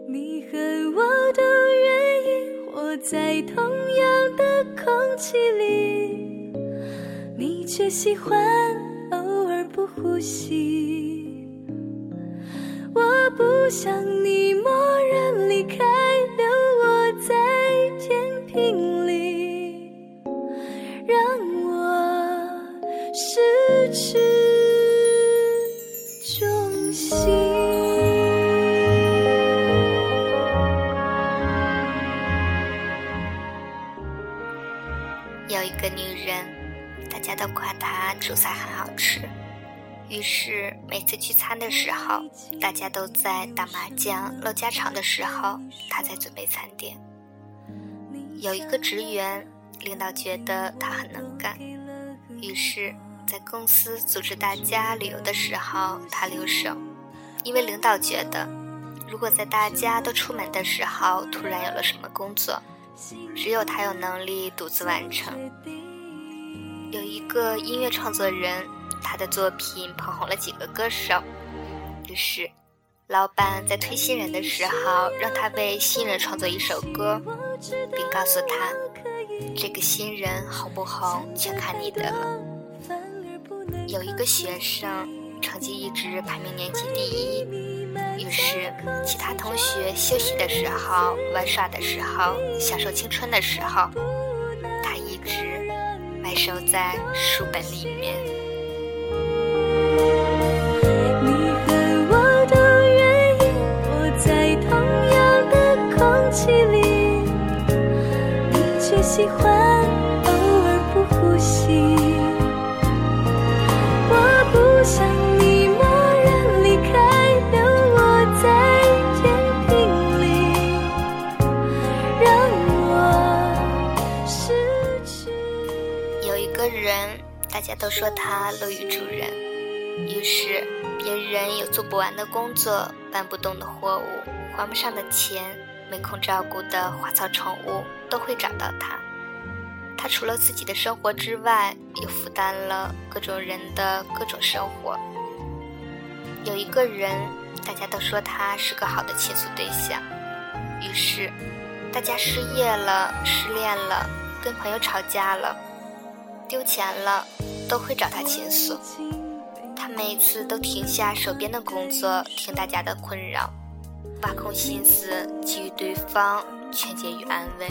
你和我都愿意活在同样的空气里，你却喜欢偶尔不呼吸。我不想你蓦然离开，留我在天平里，让我失去重心。 有一个女人，大家都夸她煮菜很好吃，于是每次聚餐的时候，大家都在打麻将唠家常的时候，她在准备餐点。有一个职员，领导觉得他很能干，于是在公司组织大家旅游的时候，他留守，因为领导觉得如果在大家都出门的时候突然有了什么工作，只有他有能力独自完成。有一个音乐创作人，他的作品捧红了几个歌手，于是老板在推新人的时候，让他为新人创作一首歌，并告诉他这个新人红不红全看你的了。有一个学生成绩一直排名年级第一，于是其他同学休息的时候、玩耍的时候、享受青春的时候，他一直埋首在书本里面。 你和我都愿意活在同样的空气里，你却喜欢偶尔不呼吸。我不想你蓦然离开，留我在天平里，让我失去。 有一个人，大家都说他乐于助人，于是别人有做不完的工作、搬不动的货物、还不上的钱、没空照顾的花草宠物，都会找到他。他除了自己的生活之外，又负担了各种人的各种生活。有一个人，大家都说他是个好的倾诉对象，于是大家失业了、失恋了、跟朋友吵架了、丢钱了，都会找他倾诉。他每一次都停下手边的工作，听大家的困扰，挖空心思给予对方劝解与安慰。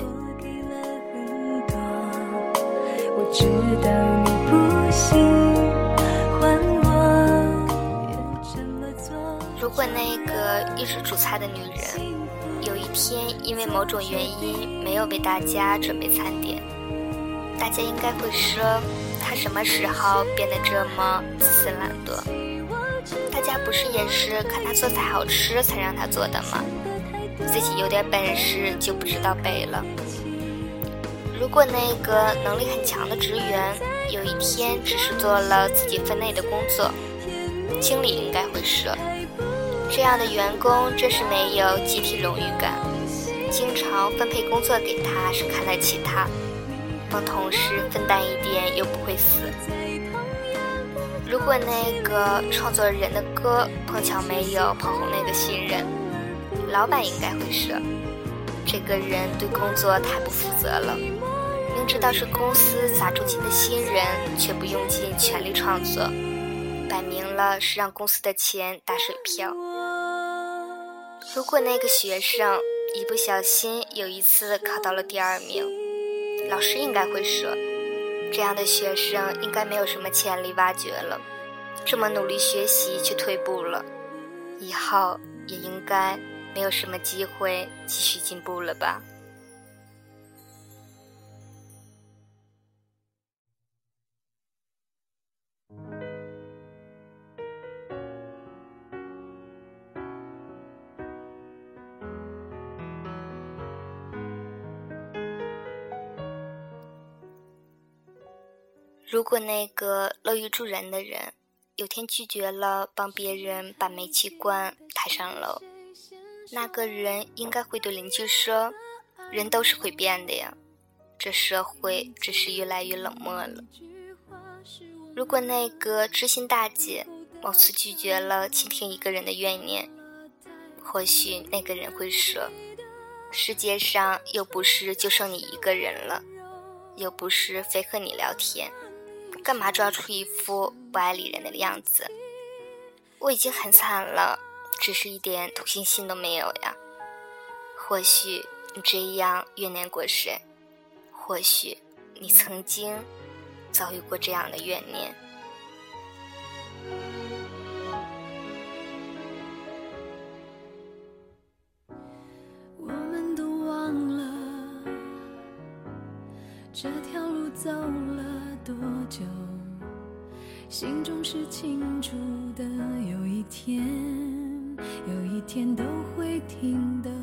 我知道你不行，换我也这么做。 如果那个一直煮菜的女人，有一天因为某种原因没有为大家准备餐点，大家应该会说她什么时候变得这么自私懒惰？大家不是也是看她做菜好吃才让她做的吗？自己有点本事就不知道背了。如果那个能力很强的职员有一天只是做了自己分内的工作，经理应该会说，这样的员工真是没有集体荣誉感，经常分配工作给他是看得起他，帮同事分担一点又不会死。如果那个创作人的歌碰巧没有捧红那个新人，老板应该会说，这个人对工作太不负责了，明知道是公司砸出金的新人，却不用尽全力创作，摆明了是让公司的钱打水漂。如果那个学生一不小心有一次考到了第2名，老师应该会说，这样的学生应该没有什么潜力挖掘了，这么努力学习却退步了，以后也应该没有什么机会继续进步了吧。如果那个乐于助人的人有天拒绝了帮别人把煤气罐抬上楼，那个人应该会对邻居说，人都是会变的呀，这社会只是越来越冷漠了。如果那个知心大姐某次拒绝了倾听一个人的怨念， 或许那个人会说，世界上又不是就剩你一个人了，又不是非和你聊天，干嘛抓出一副不爱理人的样子？我已经很惨了，只是一点同情心都没有呀。或许你这样怨念过深，或许你曾经遭遇过这样的怨念。 我们都忘了这条路走了多久，心中是清楚的，有一天都会停的。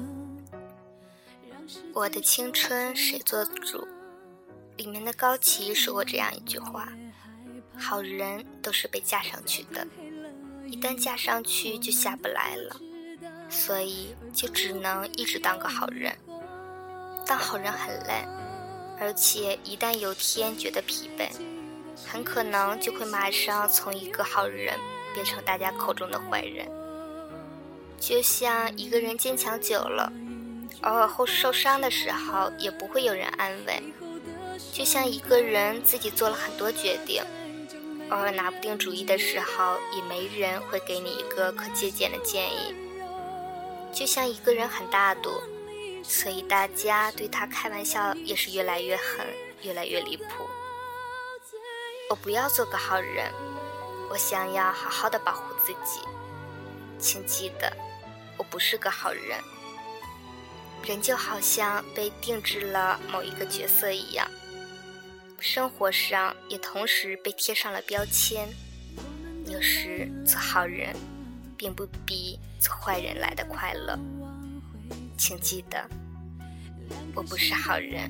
我的青春谁做主？里面的高旗说过这样一句话，好人都是被架上去的，一旦架上去就下不来了，所以就只能一直当个好人。当好人很累，而且一旦有天觉得疲惫，很可能就会马上从一个好人变成大家口中的坏人。就像一个人坚强久了，偶尔后受伤的时候也不会有人安慰。就像一个人自己做了很多决定，偶尔拿不定主意的时候，也没人会给你一个可借鉴的建议。就像一个人很大度，所以大家对他开玩笑也是越来越狠，越来越离谱。我不要做个好人，我想要好好的保护自己。请记得，我不是个好人。人就好像被定制了某一个角色一样，生活上也同时被贴上了标签。有时做好人并不比做坏人来的快乐。请记得，我不是好人。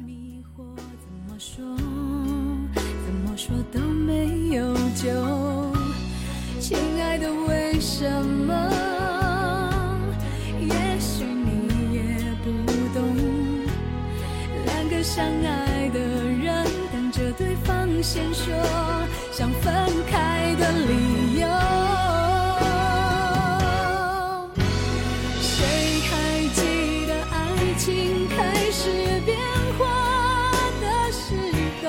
怎么说都没有救，亲爱的，为什么？也许你也不懂，两个相爱的人等着对方先说想分开的理由。谁还记得爱情开始变化的时候，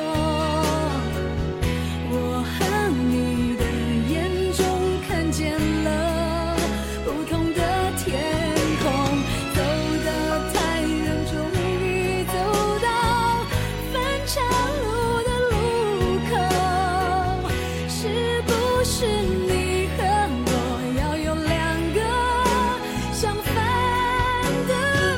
我和你的眼中看见了不同的天空，走的太远，终于走到分岔路的路口。是不是你和我要有两个相反的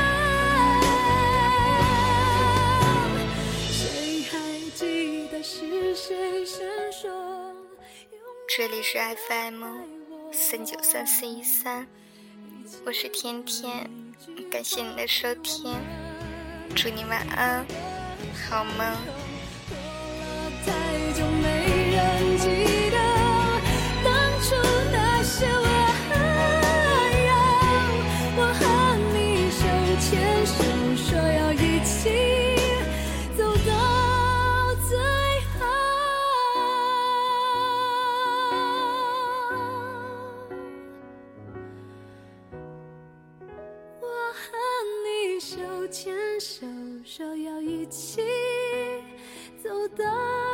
梦？谁还记得是谁先说？ 这里是 FM 393413，我是甜甜，感谢你的收听，祝你晚安，好梦。 太久没人记得当初那些我和你手牵手说要一起走到最后，我和你手牵手说要一起走到